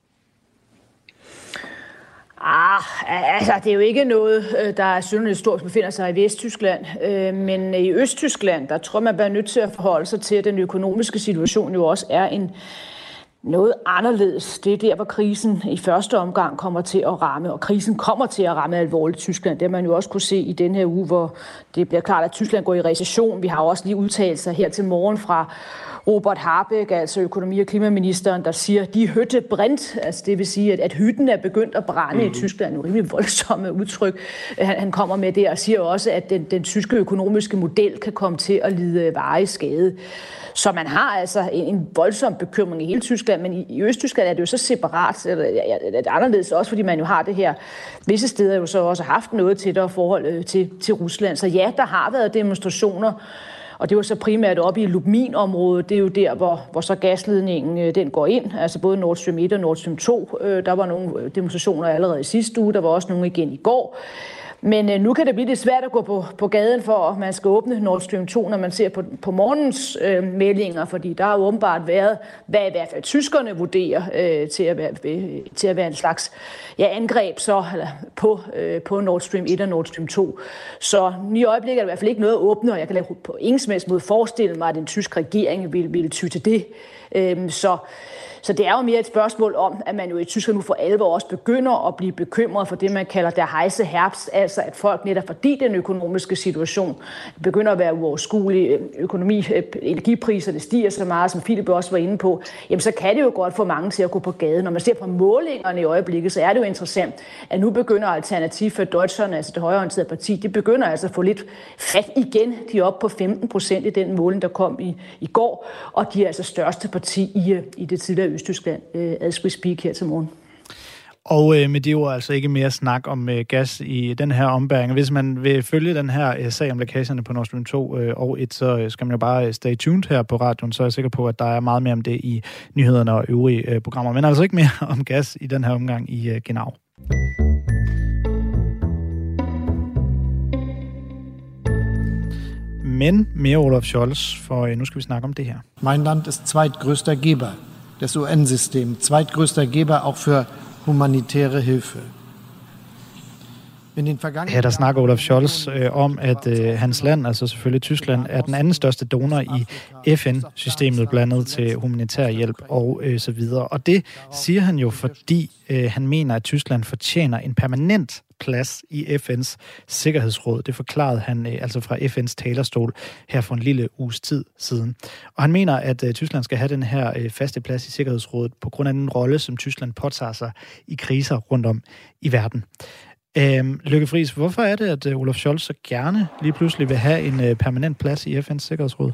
Altså, det er jo ikke noget, der er synderligt stort, som befinder sig i Vesttyskland. Men i Østtyskland, der tror man, er nødt til at forholde sig til, at den økonomiske situation jo også er noget anderledes. Det er der, hvor krisen i første omgang kommer til at ramme, og krisen kommer til at ramme alvorligt Tyskland. Det har man jo også kunne se i den her uge, hvor det bliver klart, at Tyskland går i recession. Vi har også lige udtalelser her til morgen fra Robert Habeck, altså økonomi- og klimaministeren, der siger, de hytte brændt. Altså det vil sige, at hytten er begyndt at brænde i Tyskland. Nogle rimelig voldsomme udtryk, han kommer med der, og siger også, at den tyske økonomiske model kan komme til at lide varig skade. Så man har altså en voldsom bekymring i hele Tyskland, men i Østtyskland er det jo så separat, eller det er anderledes også, fordi man jo har det her, visse steder jo så også haft noget tættere forhold til Rusland. Så ja, der har været demonstrationer, og det var så primært oppe i Lubmin-området. Det er jo der, hvor så gasledningen den går ind, altså både Nord Stream 1 og Nord Stream 2. Der var nogle demonstrationer allerede i sidste uge, der var også nogle igen i går. Men nu kan det blive lidt svært at gå på gaden for, at man skal åbne Nord Stream 2, når man ser på morgens meldinger, fordi der har åbenbart været, hvad i hvert fald tyskerne vurderer til at være en slags angreb så, eller på Nord Stream 1 og Nord Stream 2. Så i øjeblikket er der i hvert fald ikke noget at åbne, og jeg kan på ingen som helst måde forestille mig, at den tyske regering ville ty til det. Så det er jo mere et spørgsmål om, at man jo i Tyskland nu for alvor også begynder at blive bekymret for det, man kalder der heiße Herbst, altså at folk netop fordi den økonomiske situation begynder at være uoverskuelig, energipriserne stiger så meget, som Philip også var inde på, jamen så kan det jo godt få mange til at gå på gaden. Når man ser på målingerne i øjeblikket, så er det jo interessant, at nu begynder Alternativ for Deutschland, altså det højreorienterede parti, det begynder altså at få lidt fat igen. De er oppe på 15% i den måling, der kom i går, og de er altså største parti i det tidligere Østtyskland, as we speak her til morgen. Og med det ord altså ikke mere snak om gas i den her ombæring. Hvis man vil følge den her sag om lækagerne på Nord Stream 2 og 1, så skal man jo bare stay tuned her på radioen, så er jeg sikker på, at der er meget mere om det i nyhederne og øvrige programmer. Men altså ikke mere om gas i den her omgang i Genau. Men mere Olaf Scholz, for nu skal vi snakke om det her. Mein Land ist zweitgrößter Geber des UN-Systems, zweitgrößter Geber auch für humanitäre Hilfe. Ja, der snakker Olaf Scholz om, at hans land, altså selvfølgelig Tyskland, er den anden største donor i FN-systemet, blandt andet til humanitær hjælp og så videre. Og det siger han jo, fordi han mener, at Tyskland fortjener en permanent plads i FN's Sikkerhedsråd. Det forklarede han altså fra FN's talerstol her for en lille uges tid siden. Og han mener, at Tyskland skal have den her faste plads i Sikkerhedsrådet på grund af den rolle, som Tyskland påtager sig i kriser rundt om i verden. Lykke Friis, hvorfor er det, at Olaf Scholz så gerne lige pludselig vil have en permanent plads i FN's Sikkerhedsråd?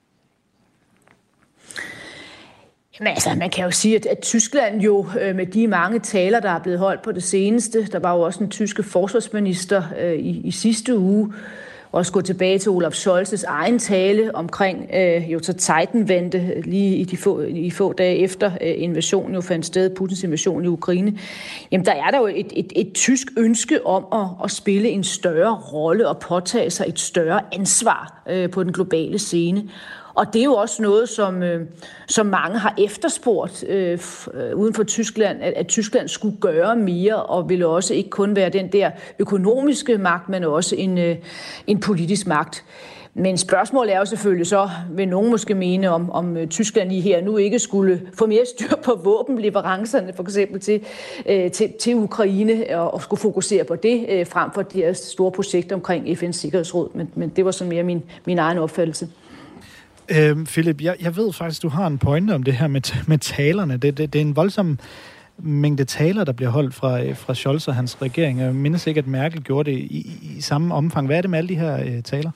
Jamen altså, man kan jo sige, at Tyskland jo med de mange taler, der er blevet holdt på det seneste, der var jo også en tyske forsvarsminister i sidste uge, også gå tilbage til Olaf Scholz's egen tale omkring så Zeitenwende lige i få dage efter invasionen jo fandt sted, Putins invasion i Ukraine. Jamen der er der jo et tysk ønske om at spille en større rolle og påtage sig et større ansvar på den globale scene. Og det er jo også noget, som mange har efterspurgt uden for Tyskland, at Tyskland skulle gøre mere, og ville også ikke kun være den der økonomiske magt, men også en politisk magt. Men spørgsmålet er jo selvfølgelig så, vil nogen måske mene, om Tyskland lige her nu ikke skulle få mere styr på våbenleverancerne, for eksempel til Ukraine, og skulle fokusere på det, frem for de her store projekter omkring FN's Sikkerhedsråd. Men det var sådan mere min egen opfattelse. Philip, jeg ved faktisk, du har en pointe om det her med talerne. Det er en voldsom mængde taler, der bliver holdt fra Scholz og hans regering. Jeg mindes ikke, at Merkel gjorde det i samme omfang. Hvad er det med alle de her taler?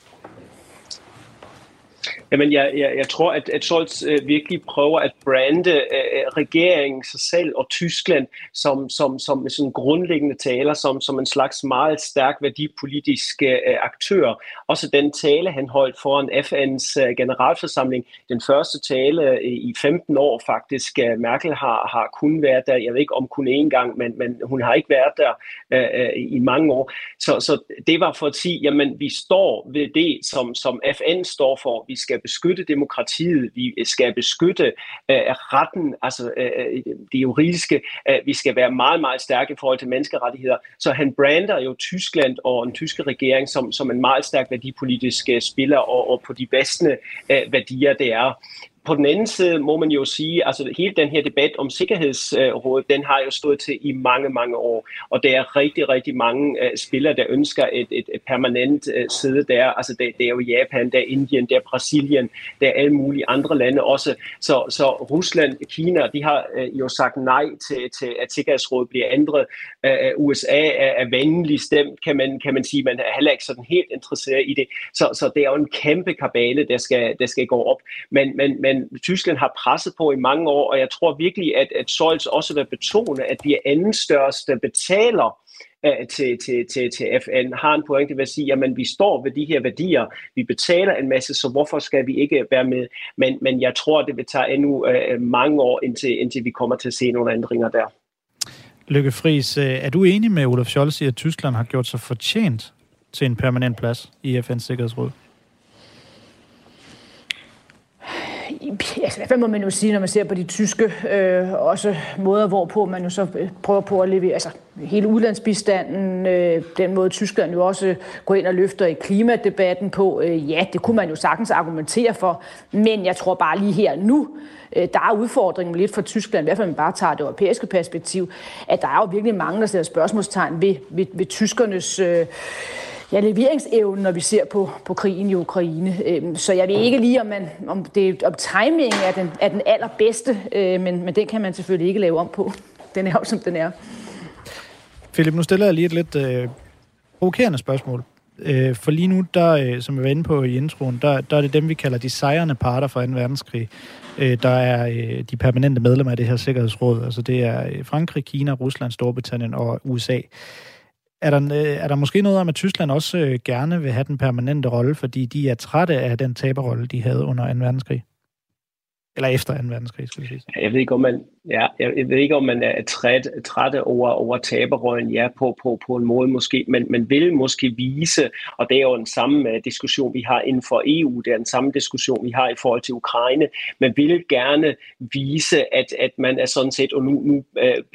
Jamen, jeg tror, at Scholz virkelig prøver at brande regeringen, sig selv og Tyskland som sådan grundlæggende taler, som en slags meget stærk værdipolitisk aktør. Også den tale, han holdt foran FN's generalforsamling, den første tale i 15 år faktisk. Merkel har kun været der, jeg ved ikke om kun én gang, men hun har ikke været der i mange år. Så det var for at sige, jamen vi står ved det, som FN står for. Vi skal beskytte demokratiet, vi skal beskytte retten, altså det juridiske, vi skal være meget, meget stærke i forhold til menneskerettigheder. Så han brander jo Tyskland og den tyske regering som en meget stærk værdipolitisk spiller og på de bedste værdier, det er. På den anden side må man jo sige, altså hele den her debat om Sikkerhedsrådet, den har jo stået til i mange, mange år. Og der er rigtig, rigtig mange spillere, der ønsker et permanent sæde der. Altså det er jo Japan, der er Indien, der er Brasilien, der er alle mulige andre lande også. Så Rusland, Kina, de har jo sagt nej til at Sikkerhedsrådet bliver ændret. USA er venlig stemt, kan man sige. Man er heller ikke sådan helt interesseret i det. Så det er jo en kæmpe kabale, der skal gå op. Men Tyskland har presset på i mange år, og jeg tror virkelig, at Scholz også vil betone, at vi er anden største betaler til FN, har en pointe ved at sige, jamen vi står ved de her værdier, vi betaler en masse, så hvorfor skal vi ikke være med? Men jeg tror, det vil tage endnu mange år, indtil vi kommer til at se nogle ændringer der. Lykke Friis, er du enig med Olaf Scholz i, at Tyskland har gjort sig fortjent til en permanent plads i FN's Sikkerhedsråd? Altså, hvad må man jo sige, når man ser på de tyske også måder, hvorpå man jo så prøver på at levere, altså hele udlandsbistanden, den måde Tyskland jo også går ind og løfter i klimadebatten på, ja, det kunne man jo sagtens argumentere for, men jeg tror bare lige her nu, der er udfordringen lidt for Tyskland, i hvert fald man bare tager det europæiske perspektiv, at der er jo virkelig mange, der sætter spørgsmålstegn ved tyskernes leveringsevnen, når vi ser på krigen i Ukraine. Så jeg ved ikke lige, om timingen er den allerbedste, men den kan man selvfølgelig ikke lave om på. Den er jo, som den er. Philip, nu stiller jeg lige et lidt provokerende spørgsmål. For lige nu, der, som jeg var inde på i introen, der er det dem, vi kalder de sejrende parter fra 2. verdenskrig. Der er de permanente medlemmer af det her sikkerhedsråd. Altså det er Frankrig, Kina, Rusland, Storbritannien og USA. Er der måske noget om, at Tyskland også gerne vil have den permanente rolle, fordi de er trætte af den taberrolle, de havde under 2. verdenskrig? Eller efter 2. verdenskrig, skal vi sige. Jeg ved ikke, om man er træt over taberrollen, ja, på en måde måske, men man vil måske vise, og det er jo den samme diskussion, vi har inden for EU, det er den samme diskussion, vi har i forhold til Ukraine, man vil gerne vise, at man er sådan set, og nu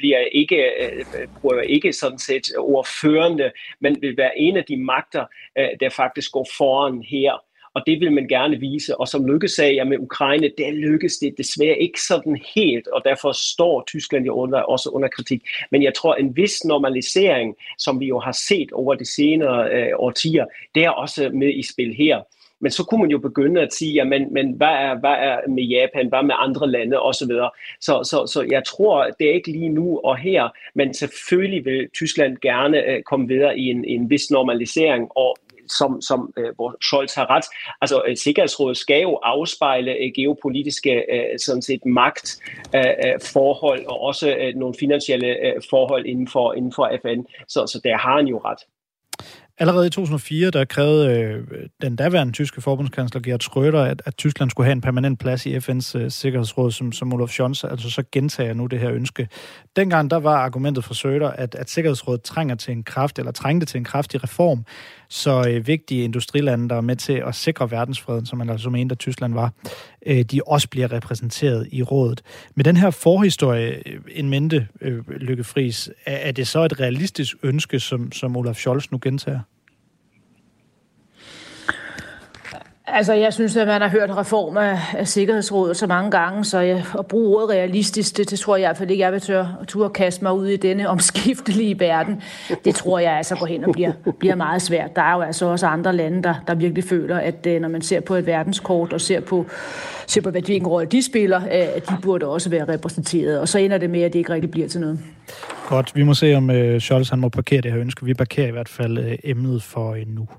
prøver ikke sådan set ordførende, men vil være en af de magter, der faktisk går foran her. Og det vil man gerne vise. Og som Lykke sagde, med Ukraine, der lykkes det desværre ikke sådan helt, og derfor står Tyskland jo også under kritik. Men jeg tror, en vis normalisering, som vi jo har set over de senere årtier, det er også med i spil her. Men så kunne man jo begynde at sige, men hvad er med Japan, hvad med andre lande osv. Så jeg tror, det er ikke lige nu og her, men selvfølgelig vil Tyskland gerne komme videre i en vis normalisering, og hvor Scholz har ret. Altså, Sikkerhedsrådet skal jo afspejle geopolitiske sådan set magtforhold og også nogle finansielle forhold inden for FN. Så der har han jo ret. Allerede i 2004, der krævede den daværende tyske forbundskansler Gerhard Schröder, at Tyskland skulle have en permanent plads i FN's Sikkerhedsråd, som Olaf Scholz altså så gentager nu det her ønske. Dengang der var argumentet fra Schröder, at Sikkerhedsrådet trængte til en kraftig reform, så vigtige industrilande, der er med til at sikre verdensfreden, som man altså mente, at Tyskland var, de også bliver repræsenteret i rådet. Med den her forhistorie en mente, Lykke Friis, er det så et realistisk ønske, som Olaf Scholz nu gentager? Altså, jeg synes, at man har hørt reform af Sikkerhedsrådet så mange gange, så at bruge ordet realistisk, det tror jeg i hvert fald ikke, jeg vil turde kaste mig ud i denne omskiftelige verden. Det tror jeg altså går hen og bliver meget svært. Der er jo altså også andre lande, der virkelig føler, at når man ser på et verdenskort og ser på hvilken rolle de spiller, at de burde også være repræsenteret. Og så ender det med, at det ikke rigtig bliver til noget. Godt, vi må se, om Scholz han må parkere det her ønske. Vi parkerer i hvert fald emnet for nu.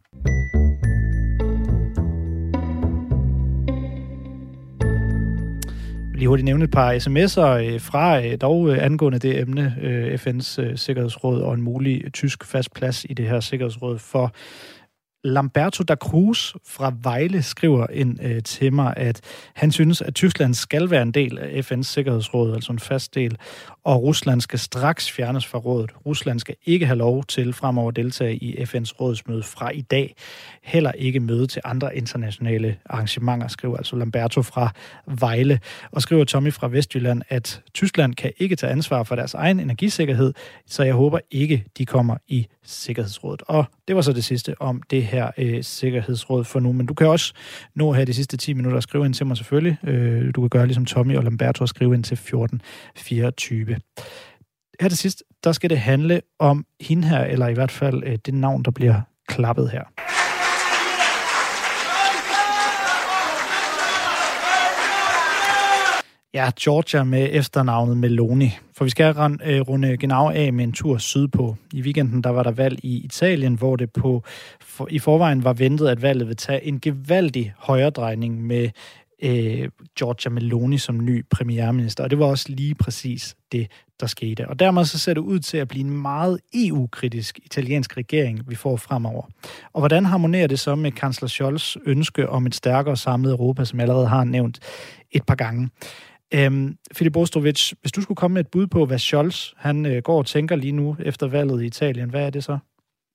Lige hurtigt nævne et par sms'er fra dog angående det emne, FN's Sikkerhedsråd og en mulig tysk fast plads i det her Sikkerhedsråd. For Lamberto da Cruz fra Vejle skriver ind til mig, at han synes, at Tyskland skal være en del af FN's Sikkerhedsråd, altså en fast del, og Rusland skal straks fjernes fra rådet. Rusland skal ikke have lov til fremover at deltage i FN's rådsmøde fra i dag. Heller ikke møde til andre internationale arrangementer, skriver altså Lamberto fra Vejle. Og skriver Tommy fra Vestjylland, at Tyskland kan ikke tage ansvar for deres egen energisikkerhed, så jeg håber ikke, de kommer i Sikkerhedsrådet. Og det var så det sidste om det her Sikkerhedsråd for nu. Men du kan også nå her de sidste 10 minutter at skrive ind til mig selvfølgelig. Du kan gøre ligesom Tommy og Lamberto og skrive ind til 1424. Her til sidst, der skal det handle om hende her, eller i hvert fald det navn, der bliver klappet her. Ja, Georgia med efternavnet Meloni. For vi skal runde genau af med en tur sydpå. I weekenden der var der valg i Italien, hvor det i forvejen var ventet, at valget ville tage en gevaldig højredrejning med Giorgia Meloni som ny premierminister. Og det var også lige præcis det, der skete. Og dermed så ser det ud til at blive en meget EU-kritisk italiensk regering, vi får fremover. Og hvordan harmonerer det så med kansler Scholz' ønske om et stærkere samlet Europa, som jeg allerede har nævnt et par gange? Filip Ostrovich, hvis du skulle komme med et bud på, hvad Scholz han går og tænker lige nu efter valget i Italien, hvad er det så?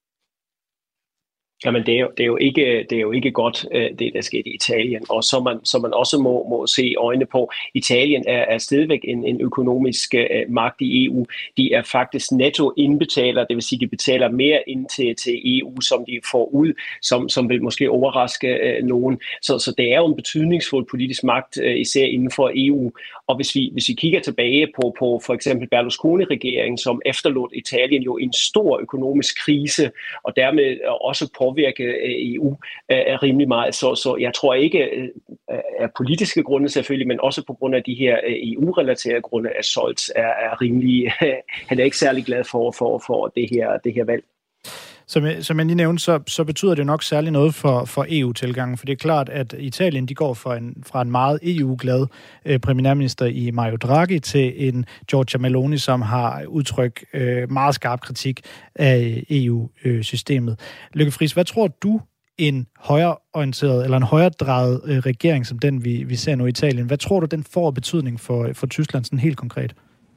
Jamen, det er jo ikke godt, det der skete i Italien, og så man også må se øjne på. Italien er stadigvæk en økonomisk magt i EU. De er faktisk netto indbetaler, det vil sige, de betaler mere ind til EU, som de får ud, som vil måske overraske nogen. Så det er jo en betydningsfuld politisk magt, især inden for EU. Og hvis vi kigger tilbage på for eksempel Berlusconi-regeringen, som efterlod Italien jo en stor økonomisk krise, og dermed også påvirke EU rimelig meget. Så jeg tror ikke af politiske grunde selvfølgelig, men også på grund af de her EU-relaterede grunde, at Scholz er rimelig, han er ikke særlig glad for det her valg. Som jeg lige nævnte, så betyder det nok særligt noget for EU-tilgangen, for det er klart, at Italien de går fra en meget EU-glad premierminister i Mario Draghi til en Giorgia Meloni, som har udtrykt meget skarp kritik af EU-systemet. Lykke Friis, hvad tror du, en højreorienteret eller en højredrejet regering som den, vi ser nu i Italien, hvad tror du, den får betydning for Tyskland sådan helt konkret?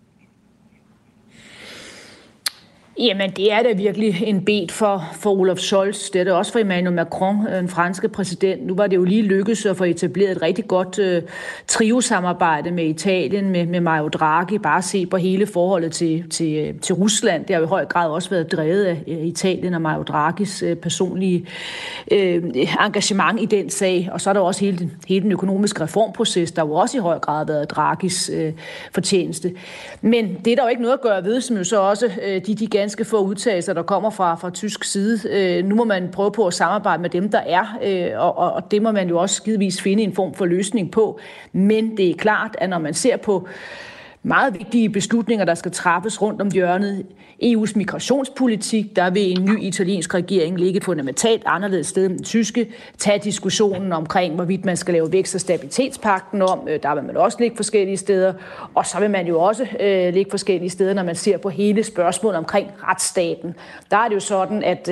Jamen, det er da virkelig en bed for Olaf Scholz. Det er det også for Emmanuel Macron, den franske præsident. Nu var det jo lige lykkedes at få etableret et rigtig godt triosamarbejde med Italien, med Mario Draghi. Bare se på hele forholdet til Rusland. Det har jo i høj grad også været drevet af Italien og Mario Draghis personlige engagement i den sag. Og så er der også hele den økonomiske reformproces, der jo også i høj grad har været Draghis fortjeneste. Men det er der jo ikke noget at gøre ved, som jo så også de ganske få udtalelser, der kommer fra tysk side. Nu må man prøve på at samarbejde med dem, der er, og det må man jo også givetvis finde en form for løsning på. Men det er klart, at når man ser på meget vigtige beslutninger, der skal træffes rundt om hjørnet, EU's migrationspolitik, der vil en ny italiensk regering ligge et fundamentalt anderledes sted end den tyske. Tag diskussionen omkring, hvorvidt man skal lave vækst- og stabilitetspagten om. Der vil man også ligge forskellige steder. Og så vil man jo også ligge forskellige steder, når man ser på hele spørgsmålet omkring retsstaten. Der er det jo sådan, at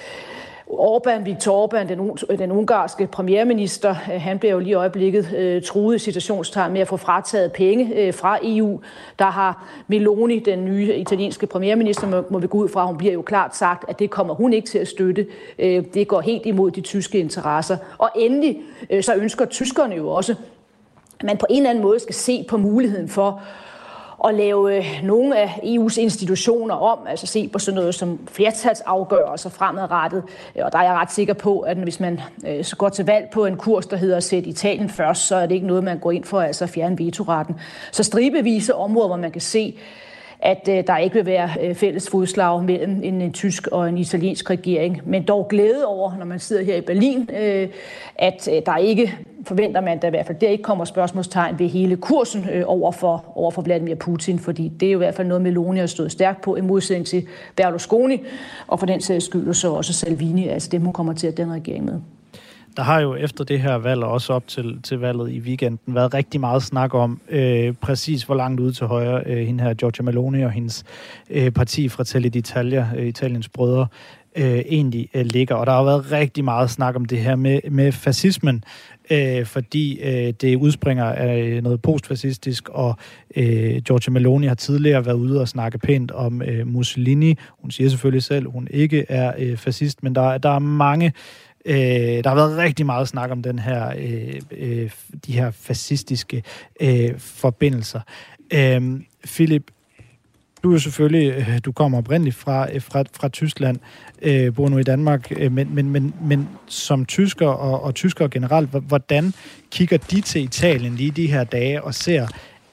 Viktor Orbán, den ungarske premierminister, han bliver jo lige i øjeblikket truet i citationstegn med at få frataget penge fra EU. Der har Meloni, den nye italienske premierminister, må vi gå ud fra, hun bliver jo klart sagt, at det kommer hun ikke til at støtte. Det går helt imod de tyske interesser. Og endelig så ønsker tyskerne jo også, at man på en eller anden måde skal se på muligheden for at lave nogle af EU's institutioner om, altså se på sådan noget som flertalsafgørelser fremadrettet. Og der er jeg ret sikker på, at hvis man så går til valg på en kurs, der hedder at sætte Italien først, så er det ikke noget, man går ind for, altså fjerne vetoretten. Så stribevis områder, hvor man kan se, at der ikke vil være fælles fodslag mellem en tysk og en italiensk regering. Men dog glæde over, når man sidder her i Berlin, at der ikke forventer man, at der i hvert fald der ikke kommer spørgsmålstegn ved hele kursen over for Vladimir Putin, fordi det er jo i hvert fald noget, Meloni har stået stærkt på, i modsætning til Berlusconi, og for den sags skyld så også Salvini, altså dem, hun kommer til at den regering med. Der har jo efter det her valg, og også op til valget i weekenden, været rigtig meget snak om præcis hvor langt ude til højre hende her Giorgia Meloni og hendes parti Fratelli d'Italia, Italiens brødre, egentlig ligger. Og der har været rigtig meget snak om det her med fascismen, fordi det udspringer af noget postfascistisk, og Giorgia Meloni har tidligere været ude og snakke pænt om Mussolini. Hun siger selvfølgelig selv, at hun ikke er fascist, men der er mange. Der har været rigtig meget snak om den her, de her fascistiske forbindelser. Philip, du er jo selvfølgelig, du kommer oprindeligt fra Tyskland, bor nu i Danmark, men som tysker og tyskere generelt, hvordan kigger de til Italien lige de her dage og ser,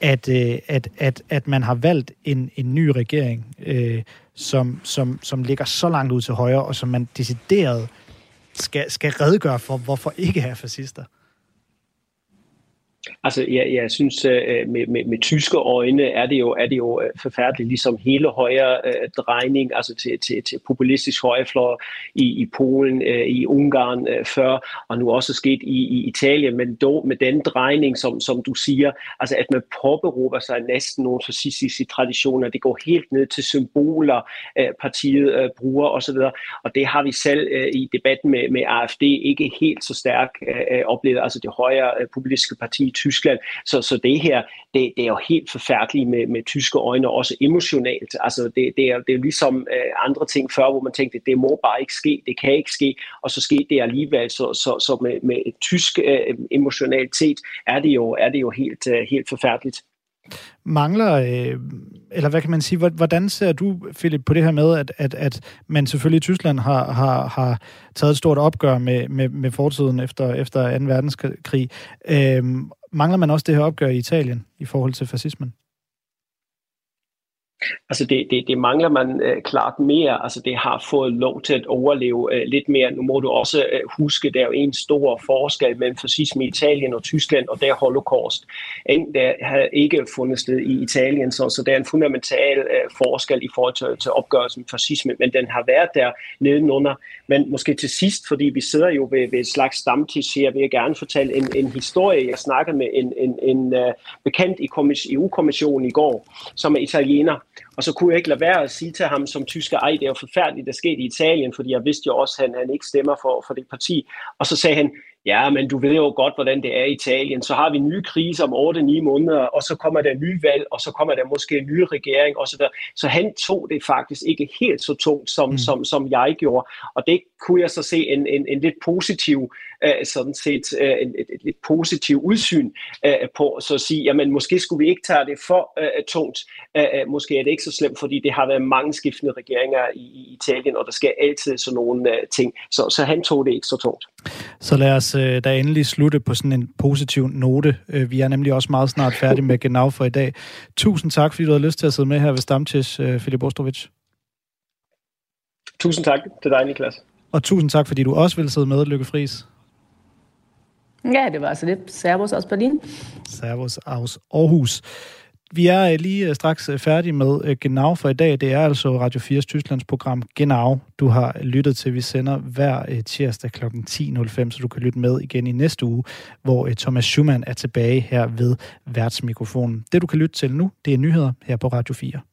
at man har valgt en ny regering, som ligger så langt ud til højre, og som man decideret skal redegøre for, hvorfor ikke er fascister? Altså, jeg synes, med tyske øjne er det jo forfærdeligt, ligesom hele højre drejning, altså til populistisk højrefløj i Polen, i Ungarn før, og nu også sket i Italien, men dog med den drejning, som du siger, altså at man påberåber sig næsten nogle fascistiske traditioner, det går helt ned til symboler, partiet bruger osv., og det har vi selv i debatten med AfD ikke helt så stærkt oplevet, altså det højre populistiske parti Tyskland. Så det her, det er jo helt forfærdeligt med tyske øjne, også emotionalt. Altså det er ligesom andre ting før, hvor man tænkte, det må bare ikke ske, det kan ikke ske, og så skete det alligevel. Så med tysk emotionalitet er det jo helt forfærdeligt. Mangler, eller hvad kan man sige, hvordan ser du, Philip, på det her med, at man selvfølgelig i Tyskland har taget et stort opgør med fortiden efter 2. verdenskrig. Mangler man også det her opgør i Italien i forhold til fascismen? Altså det mangler man klart mere. Altså det har fået lov til at overleve lidt mere. Nu må du også huske, der er jo en stor forskel mellem fascisme i Italien og Tyskland, og det er holocaust. Der har ikke fundet sted i Italien, så der er en fundamental forskel i forhold til opgørelsen med fascisme, men den har været der nedenunder. Men måske til sidst, fordi vi sidder jo ved et slags stamtisch her, vil jeg gerne fortælle en historie. Jeg snakkede med en bekendt i EU-kommissionen i går, som er italiener. Og så kunne jeg ikke lade være at sige til ham som tysker, det er jo forfærdeligt, der skete i Italien, fordi jeg vidste jo også, at han ikke stemmer for det parti. Og så sagde han, ja, men du ved jo godt, hvordan det er i Italien. Så har vi nye kriser om 8-9 måneder, og så kommer der nye valg, og så kommer der måske en ny regering, og så der. Så han tog det faktisk ikke helt så tungt, som jeg gjorde. Og det kunne jeg så se en lidt positiv, sådan set, et lidt positiv udsyn på, så at sige, jamen måske skulle vi ikke tage det for tungt. Måske er det ikke så slemt, fordi det har været mange skiftende regeringer i Italien, og der sker altid sådan nogle ting. Så han tog det ikke så tungt. Så lad os da endelig slutte på sådan en positiv note. Vi er nemlig også meget snart færdige med Genau for i dag. Tusind tak, fordi du havde lyst til at sidde med her ved Stamtisch, Philip Ostrovich. Tusind tak til dig, Niklas. Og tusind tak, fordi du også ville sidde med, Lykke Friis. Ja, det var altså lidt. Servus aus Berlin. Servus aus Aarhus. Vi er lige straks færdige med Genau for i dag. Det er altså Radio 4's Tysklands program Genau, du har lyttet til. Vi sender hver tirsdag kl. 10.05, så du kan lytte med igen i næste uge, hvor Thomas Schumann er tilbage her ved værtsmikrofonen. Det du kan lytte til nu, det er nyheder her på Radio 4.